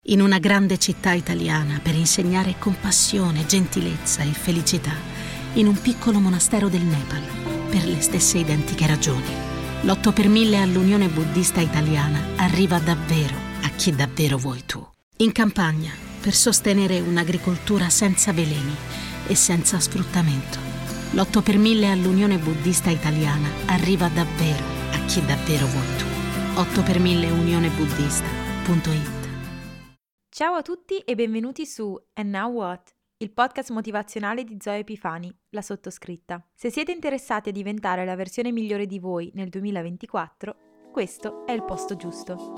in una grande città italiana per insegnare compassione, gentilezza e felicità, in un piccolo monastero del Nepal, per le stesse identiche ragioni. L'8 per 1000 all'Unione Buddista Italiana arriva davvero a chi davvero vuoi tu. In campagna, per sostenere un'agricoltura senza veleni e senza sfruttamento. L'8 per 1000 all'Unione Buddista Italiana arriva davvero a chi davvero vuoi tu. 8 per 1000 unionebuddista.it. Ciao a tutti e benvenuti su And Now What, il podcast motivazionale di Zoe Epifani, la sottoscritta. Se siete interessati a diventare la versione migliore di voi nel 2024, questo è il posto giusto.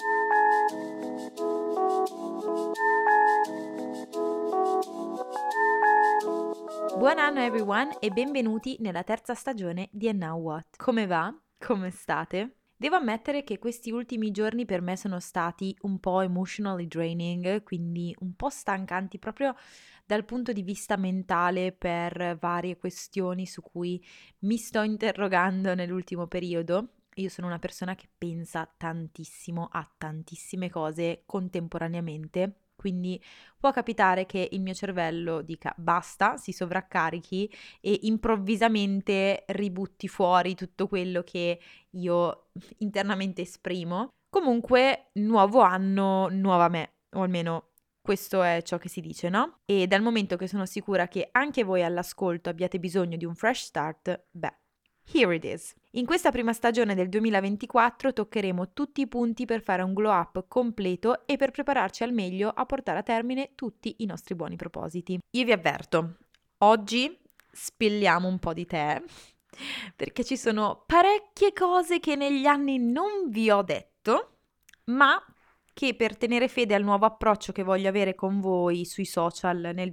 Buon anno everyone e benvenuti nella terza stagione di And Now What. Come va? Come state? Devo ammettere che questi ultimi giorni per me sono stati un po' emotionally draining, quindi un po' stancanti proprio dal punto di vista mentale per varie questioni su cui mi sto interrogando nell'ultimo periodo. Io sono una persona che pensa tantissimo a tantissime cose contemporaneamente, quindi può capitare che il mio cervello dica basta, si sovraccarichi e improvvisamente ributti fuori tutto quello che io internamente esprimo. Comunque, nuovo anno, nuova me, o almeno questo è ciò che si dice, no? E dal momento che sono sicura che anche voi all'ascolto abbiate bisogno di un fresh start, here it is. In questa prima stagione del 2024 toccheremo tutti i punti per fare un glow up completo e per prepararci al meglio a portare a termine tutti i nostri buoni propositi. Io vi avverto, oggi spilliamo un po' di tè perché ci sono parecchie cose che negli anni non vi ho detto, ma che per tenere fede al nuovo approccio che voglio avere con voi sui social nel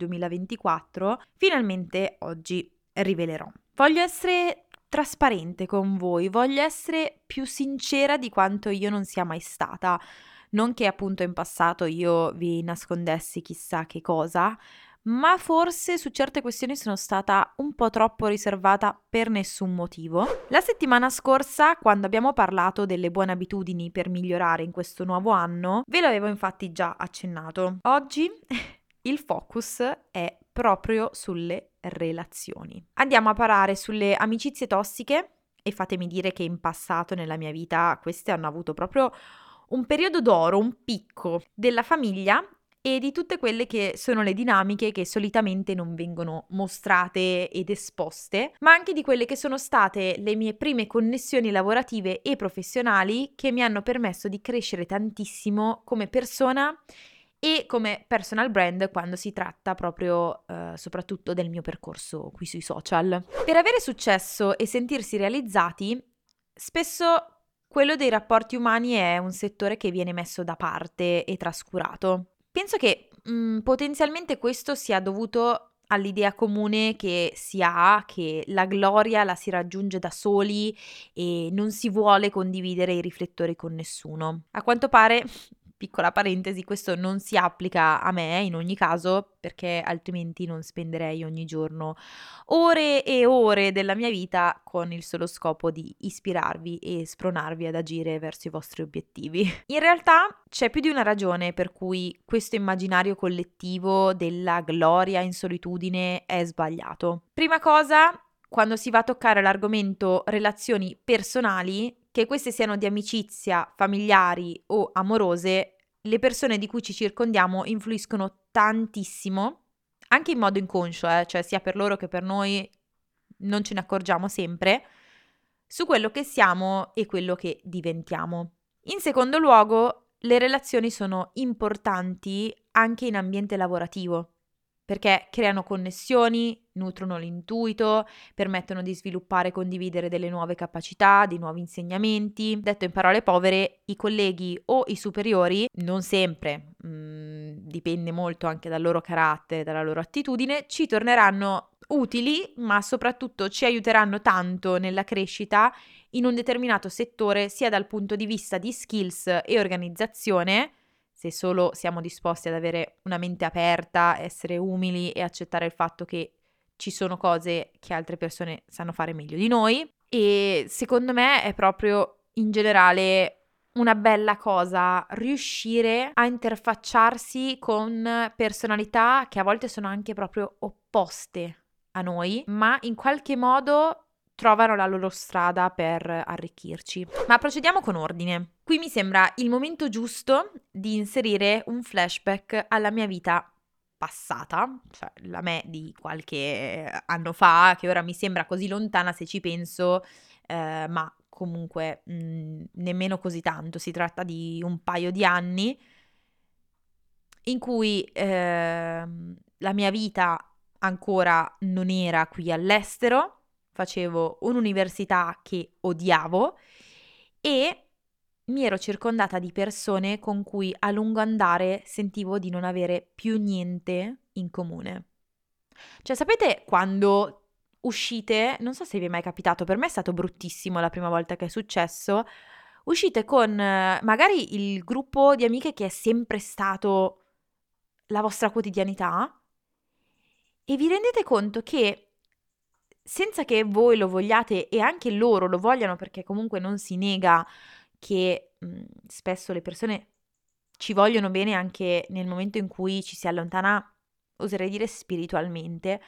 2024, finalmente oggi rivelerò. Voglio essere trasparente con voi, voglio essere più sincera di quanto io non sia mai stata. Non che appunto in passato io vi nascondessi chissà che cosa, ma forse su certe questioni sono stata un po' troppo riservata per nessun motivo. La settimana scorsa, quando abbiamo parlato delle buone abitudini per migliorare in questo nuovo anno, ve l'avevo infatti già accennato. Oggi il focus è proprio sulle relazioni. Andiamo a parare sulle amicizie tossiche e fatemi dire che in passato nella mia vita queste hanno avuto proprio un periodo d'oro, un picco della famiglia e di tutte quelle che sono le dinamiche che solitamente non vengono mostrate ed esposte, ma anche di quelle che sono state le mie prime connessioni lavorative e professionali che mi hanno permesso di crescere tantissimo come persona e come personal brand quando si tratta proprio soprattutto del mio percorso qui sui social. Per avere successo e sentirsi realizzati, spesso quello dei rapporti umani è un settore che viene messo da parte e trascurato. Penso che potenzialmente questo sia dovuto all'idea comune che si ha che la gloria la si raggiunge da soli e non si vuole condividere i riflettori con nessuno. A quanto pare, piccola parentesi, questo non si applica a me in ogni caso, perché altrimenti non spenderei ogni giorno ore e ore della mia vita con il solo scopo di ispirarvi e spronarvi ad agire verso i vostri obiettivi. In realtà c'è più di una ragione per cui questo immaginario collettivo della gloria in solitudine è sbagliato. Prima cosa, quando si va a toccare l'argomento relazioni personali, che queste siano di amicizia, familiari o amorose, le persone di cui ci circondiamo influiscono tantissimo, anche in modo inconscio, cioè sia per loro che per noi, non ce ne accorgiamo sempre, su quello che siamo e quello che diventiamo. In secondo luogo, le relazioni sono importanti anche in ambiente lavorativo, perché creano connessioni, nutrono l'intuito, permettono di sviluppare e condividere delle nuove capacità, dei nuovi insegnamenti. Detto in parole povere, i colleghi o i superiori, non sempre, dipende molto anche dal loro carattere, dalla loro attitudine, ci torneranno utili, ma soprattutto ci aiuteranno tanto nella crescita in un determinato settore, sia dal punto di vista di skills e organizzazione, se solo siamo disposti ad avere una mente aperta, essere umili e accettare il fatto che ci sono cose che altre persone sanno fare meglio di noi. E secondo me è proprio in generale una bella cosa riuscire a interfacciarsi con personalità che a volte sono anche proprio opposte a noi, ma in qualche modo trovano la loro strada per arricchirci. Ma procediamo con ordine. Qui mi sembra il momento giusto di inserire un flashback alla mia vita passata, cioè la me di qualche anno fa, che ora mi sembra così lontana se ci penso, ma comunque nemmeno così tanto, si tratta di un paio di anni in cui la mia vita ancora non era qui all'estero, facevo un'università che odiavo e mi ero circondata di persone con cui a lungo andare sentivo di non avere più niente in comune. Cioè, sapete quando uscite, non so se vi è mai capitato, per me è stato bruttissimo la prima volta che è successo, uscite con magari il gruppo di amiche che è sempre stato la vostra quotidianità e vi rendete conto che senza che voi lo vogliate e anche loro lo vogliano, perché comunque non si nega che spesso le persone ci vogliono bene anche nel momento in cui ci si allontana, oserei dire spiritualmente,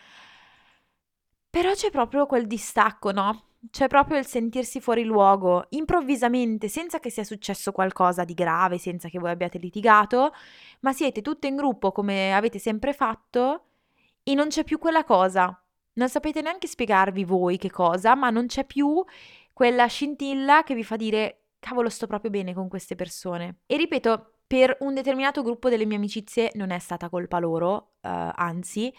però c'è proprio quel distacco, no? C'è proprio il sentirsi fuori luogo, improvvisamente, senza che sia successo qualcosa di grave, senza che voi abbiate litigato, ma siete tutte in gruppo come avete sempre fatto e non c'è più quella cosa. Non sapete neanche spiegarvi voi che cosa, ma non c'è più quella scintilla che vi fa dire cavolo, sto proprio bene con queste persone. E ripeto, per un determinato gruppo delle mie amicizie non è stata colpa loro, anzi,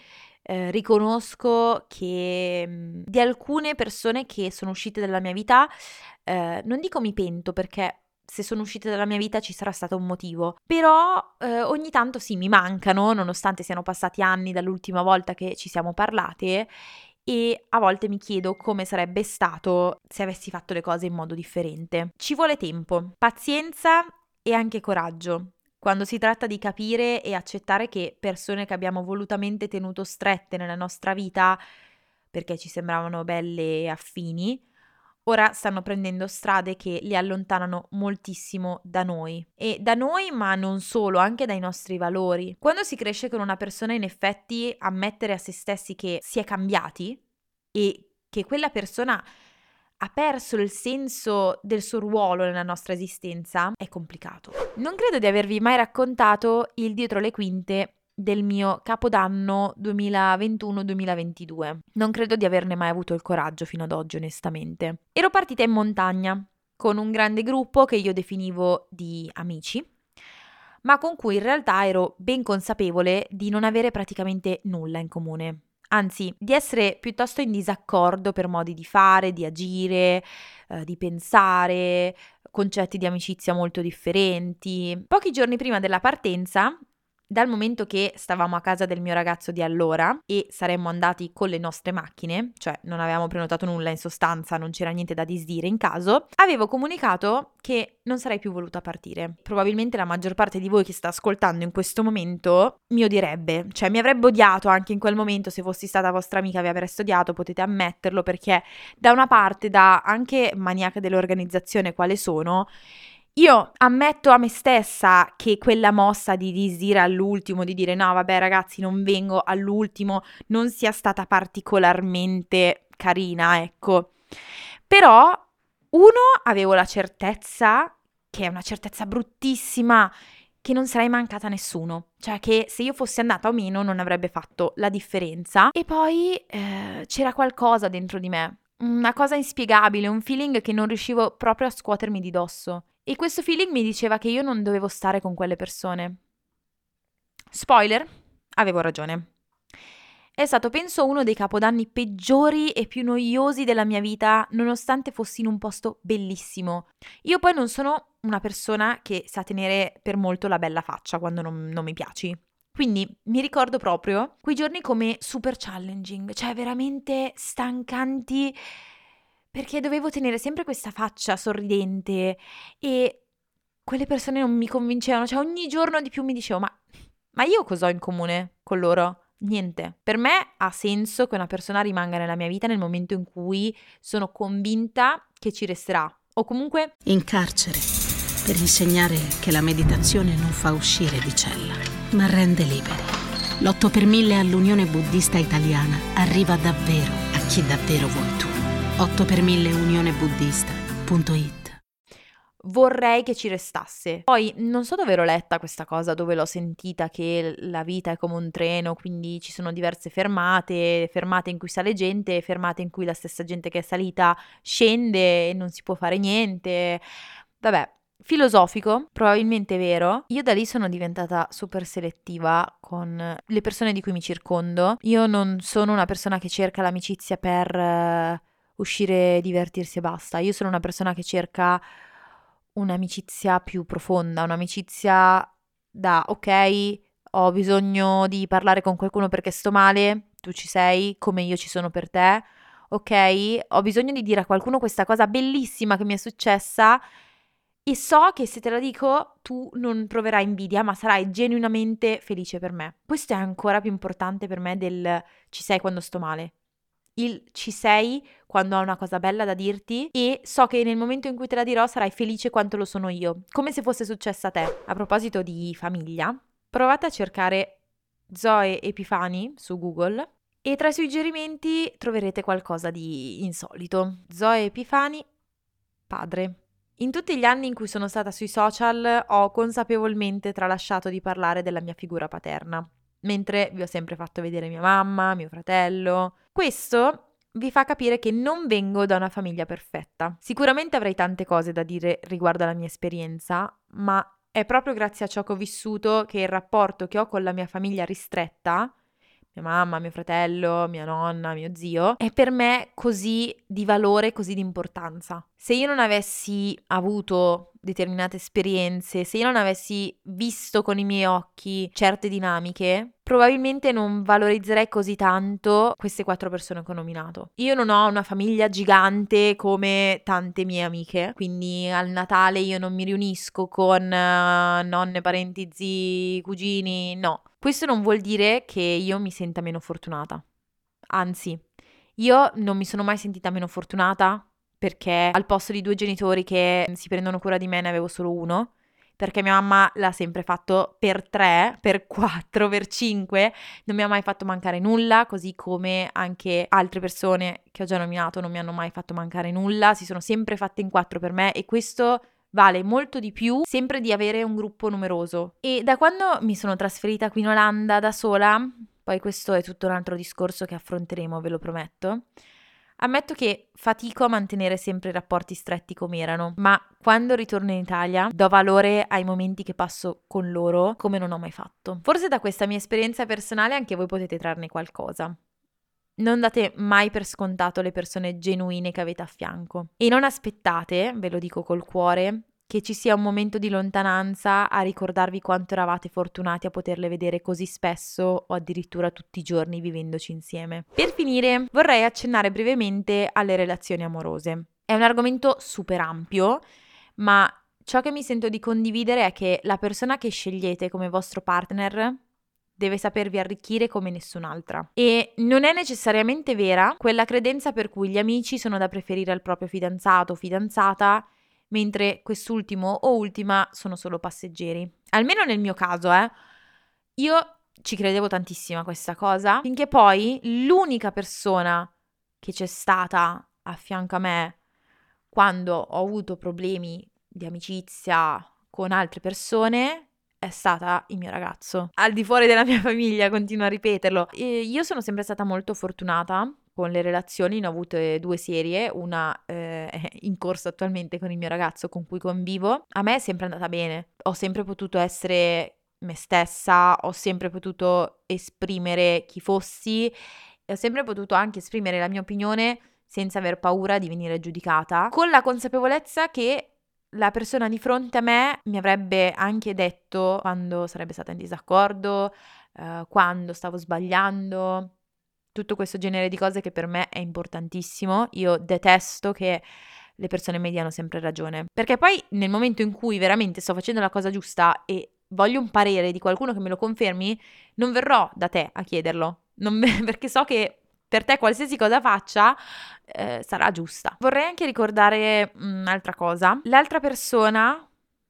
riconosco che di alcune persone che sono uscite dalla mia vita, non dico mi pento perché se sono uscite dalla mia vita ci sarà stato un motivo, però ogni tanto sì mi mancano, nonostante siano passati anni dall'ultima volta che ci siamo parlate e a volte mi chiedo come sarebbe stato se avessi fatto le cose in modo differente. Ci vuole tempo, pazienza e anche coraggio quando si tratta di capire e accettare che persone che abbiamo volutamente tenuto strette nella nostra vita perché ci sembravano belle e affini, ora stanno prendendo strade che li allontanano moltissimo da noi. E da noi, ma non solo, anche dai nostri valori. Quando si cresce con una persona, in effetti, ammettere a se stessi che si è cambiati e che quella persona ha perso il senso del suo ruolo nella nostra esistenza è complicato. Non credo di avervi mai raccontato il dietro le quinte del mio capodanno 2021-2022. Non credo di averne mai avuto il coraggio fino ad oggi, onestamente. Ero partita in montagna con un grande gruppo che io definivo di amici, ma con cui in realtà ero ben consapevole di non avere praticamente nulla in comune. Anzi, di essere piuttosto in disaccordo per modi di fare, di agire, di pensare, concetti di amicizia molto differenti. Pochi giorni prima della partenza, dal momento che stavamo a casa del mio ragazzo di allora e saremmo andati con le nostre macchine, cioè non avevamo prenotato nulla in sostanza, non c'era niente da disdire in caso, avevo comunicato che non sarei più voluta partire. Probabilmente la maggior parte di voi che sta ascoltando in questo momento mi odierebbe, cioè mi avrebbe odiato anche in quel momento. Se fossi stata vostra amica vi avreste odiato, potete ammetterlo, perché da una parte, da anche maniaca dell'organizzazione quale sono, io ammetto a me stessa che quella mossa di disdire all'ultimo, di dire no vabbè ragazzi non vengo all'ultimo, non sia stata particolarmente carina, ecco. Però avevo la certezza, che è una certezza bruttissima, che non sarei mancata a nessuno, cioè che se io fossi andata o meno non avrebbe fatto la differenza. E poi c'era qualcosa dentro di me, una cosa inspiegabile, un feeling che non riuscivo proprio a scuotermi di dosso. E questo feeling mi diceva che io non dovevo stare con quelle persone. Spoiler, avevo ragione. È stato, penso, uno dei capodanni peggiori e più noiosi della mia vita, nonostante fossi in un posto bellissimo. Io poi non sono una persona che sa tenere per molto la bella faccia quando non mi piaci. Quindi mi ricordo proprio quei giorni come super challenging, cioè veramente stancanti, perché dovevo tenere sempre questa faccia sorridente e quelle persone non mi convincevano, cioè ogni giorno di più mi dicevo ma io cosa ho in comune con loro? Niente. Per me ha senso che una persona rimanga nella mia vita nel momento in cui sono convinta che ci resterà, o comunque in carcere, per insegnare che la meditazione non fa uscire di cella, ma rende liberi. L'8 per 1000 all'Unione Buddista Italiana arriva davvero a chi davvero vuoi tu. 8 per 1000 unionebuddista.it. Vorrei che ci restasse. Poi non so dove l'ho letta questa cosa, dove l'ho sentita, che la vita è come un treno, quindi ci sono diverse fermate in cui sale gente, fermate in cui la stessa gente che è salita scende e non si può fare niente. Vabbè, filosofico, probabilmente vero. Io da lì sono diventata super selettiva con le persone di cui mi circondo. Io non sono una persona che cerca l'amicizia per uscire, divertirsi e basta. Io sono una persona che cerca un'amicizia più profonda, un'amicizia da ok, ho bisogno di parlare con qualcuno perché sto male, tu ci sei, come io ci sono per te, ok, ho bisogno di dire a qualcuno questa cosa bellissima che mi è successa e so che se te la dico tu non proverai invidia, ma sarai genuinamente felice per me. Questo è ancora più importante per me del ci sei quando sto male. Il ci sei quando ho una cosa bella da dirti e so che nel momento in cui te la dirò sarai felice quanto lo sono io, come se fosse successa a te. A proposito di famiglia, provate a cercare Zoe Epifani su Google e tra i suggerimenti troverete qualcosa di insolito. Zoe Epifani, padre. In tutti gli anni in cui sono stata sui social ho consapevolmente tralasciato di parlare della mia figura paterna, mentre vi ho sempre fatto vedere mia mamma, mio fratello. Questo vi fa capire che non vengo da una famiglia perfetta. Sicuramente avrei tante cose da dire riguardo alla mia esperienza, ma è proprio grazie a ciò che ho vissuto che il rapporto che ho con la mia famiglia ristretta, mia mamma, mio fratello, mia nonna, mio zio, è per me così di valore, così di importanza. Se io non avessi avuto determinate esperienze, se io non avessi visto con i miei occhi certe dinamiche, probabilmente non valorizzerei così tanto queste 4 persone che ho nominato. Io non ho una famiglia gigante come tante mie amiche, quindi al Natale io non mi riunisco con nonne, parenti, zii, cugini, no. Questo non vuol dire che io mi senta meno fortunata. Anzi, io non mi sono mai sentita meno fortunata perché al posto di 2 genitori che si prendono cura di me ne avevo solo uno, perché mia mamma l'ha sempre fatto per 3, per 4, per 5, non mi ha mai fatto mancare nulla, così come anche altre persone che ho già nominato non mi hanno mai fatto mancare nulla, si sono sempre fatte in 4 per me e questo vale molto di più sempre di avere un gruppo numeroso. E da quando mi sono trasferita qui in Olanda da sola, poi questo è tutto un altro discorso che affronteremo, ve lo prometto, ammetto che fatico a mantenere sempre i rapporti stretti come erano, ma quando ritorno in Italia do valore ai momenti che passo con loro come non ho mai fatto. Forse da questa mia esperienza personale anche voi potete trarne qualcosa. Non date mai per scontato le persone genuine che avete a fianco e non aspettate, ve lo dico col cuore, che ci sia un momento di lontananza a ricordarvi quanto eravate fortunati a poterle vedere così spesso o addirittura tutti i giorni vivendoci insieme. Per finire, vorrei accennare brevemente alle relazioni amorose. È un argomento super ampio, ma ciò che mi sento di condividere è che la persona che scegliete come vostro partner deve sapervi arricchire come nessun'altra. E non è necessariamente vera quella credenza per cui gli amici sono da preferire al proprio fidanzato o fidanzata, mentre quest'ultimo o ultima sono solo passeggeri. Almeno nel mio caso, io ci credevo tantissimo a questa cosa, finché poi l'unica persona che c'è stata a fianco a me quando ho avuto problemi di amicizia con altre persone è stata il mio ragazzo. Al di fuori della mia famiglia, continuo a ripeterlo. E io sono sempre stata molto fortunata con le relazioni, ne ho avute 2 serie, una è in corso attualmente con il mio ragazzo con cui convivo. A me è sempre andata bene, ho sempre potuto essere me stessa, ho sempre potuto esprimere chi fossi e ho sempre potuto anche esprimere la mia opinione senza aver paura di venire giudicata, con la consapevolezza che la persona di fronte a me mi avrebbe anche detto quando sarebbe stata in disaccordo, quando stavo sbagliando, tutto questo genere di cose che per me è importantissimo. Io detesto che le persone mi diano sempre ragione, perché poi nel momento in cui veramente sto facendo la cosa giusta e voglio un parere di qualcuno che me lo confermi, non verrò da te a chiederlo, perché so che per te qualsiasi cosa faccia sarà giusta. Vorrei anche ricordare un'altra cosa. L'altra persona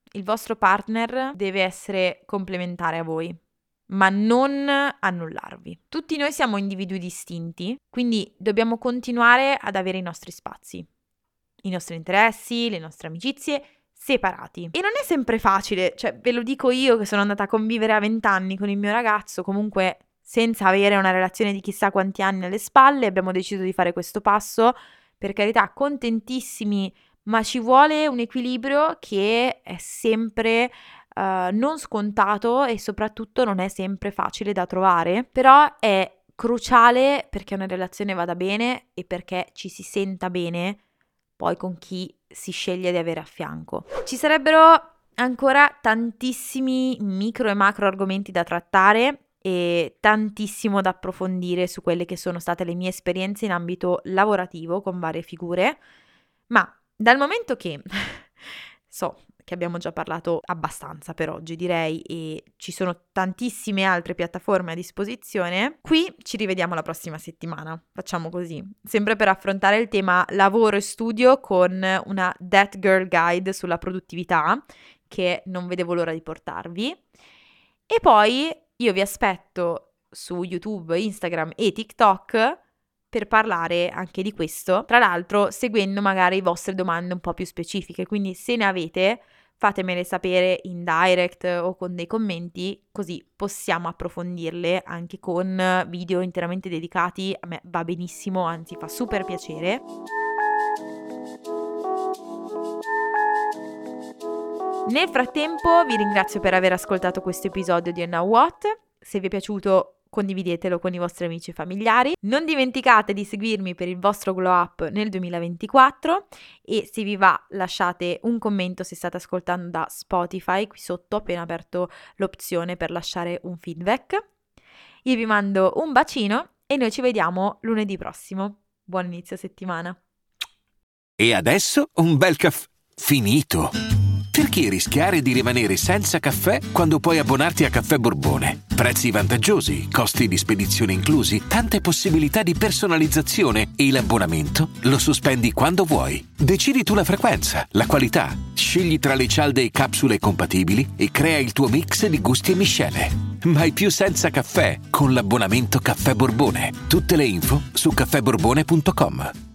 il vostro partner deve essere complementare a voi, ma non annullarvi. Tutti noi siamo individui distinti, quindi dobbiamo continuare ad avere i nostri spazi, i nostri interessi, le nostre amicizie separati. E non è sempre facile, cioè ve lo dico io che sono andata a convivere a 20 anni con il mio ragazzo, comunque senza avere una relazione di chissà quanti anni alle spalle, abbiamo deciso di fare questo passo, per carità, contentissimi, ma ci vuole un equilibrio che è sempre non scontato e soprattutto non è sempre facile da trovare, però è cruciale perché una relazione vada bene e perché ci si senta bene poi con chi si sceglie di avere a fianco. Ci sarebbero ancora tantissimi micro e macro argomenti da trattare e tantissimo da approfondire su quelle che sono state le mie esperienze in ambito lavorativo con varie figure, ma dal momento che so che abbiamo già parlato abbastanza per oggi, direi, e ci sono tantissime altre piattaforme a disposizione, qui ci rivediamo la prossima settimana. Facciamo così, sempre per affrontare il tema lavoro e studio con una That Girl Guide sulla produttività, che non vedevo l'ora di portarvi. E poi io vi aspetto su YouTube, Instagram e TikTok per parlare anche di questo, tra l'altro seguendo magari vostre domande un po' più specifiche, quindi se ne avete fatemele sapere in direct o con dei commenti, così possiamo approfondirle anche con video interamente dedicati. A me va benissimo, anzi fa super piacere. Nel frattempo vi ringrazio per aver ascoltato questo episodio di And Now What. Se vi è piaciuto condividetelo con i vostri amici e familiari. Non dimenticate di seguirmi per il vostro glow up nel 2024 e se vi va lasciate un commento se state ascoltando da Spotify. Qui sotto ho appena aperto l'opzione per lasciare un feedback. Io vi mando un bacino e noi ci vediamo lunedì prossimo. Buon inizio settimana. E adesso un bel caffè finito. Perché rischiare di rimanere senza caffè quando puoi abbonarti a Caffè Borbone? Prezzi vantaggiosi, costi di spedizione inclusi, tante possibilità di personalizzazione e l'abbonamento lo sospendi quando vuoi. Decidi tu la frequenza, la qualità, scegli tra le cialde e capsule compatibili e crea il tuo mix di gusti e miscele. Mai più senza caffè con l'abbonamento Caffè Borbone. Tutte le info su caffèborbone.com.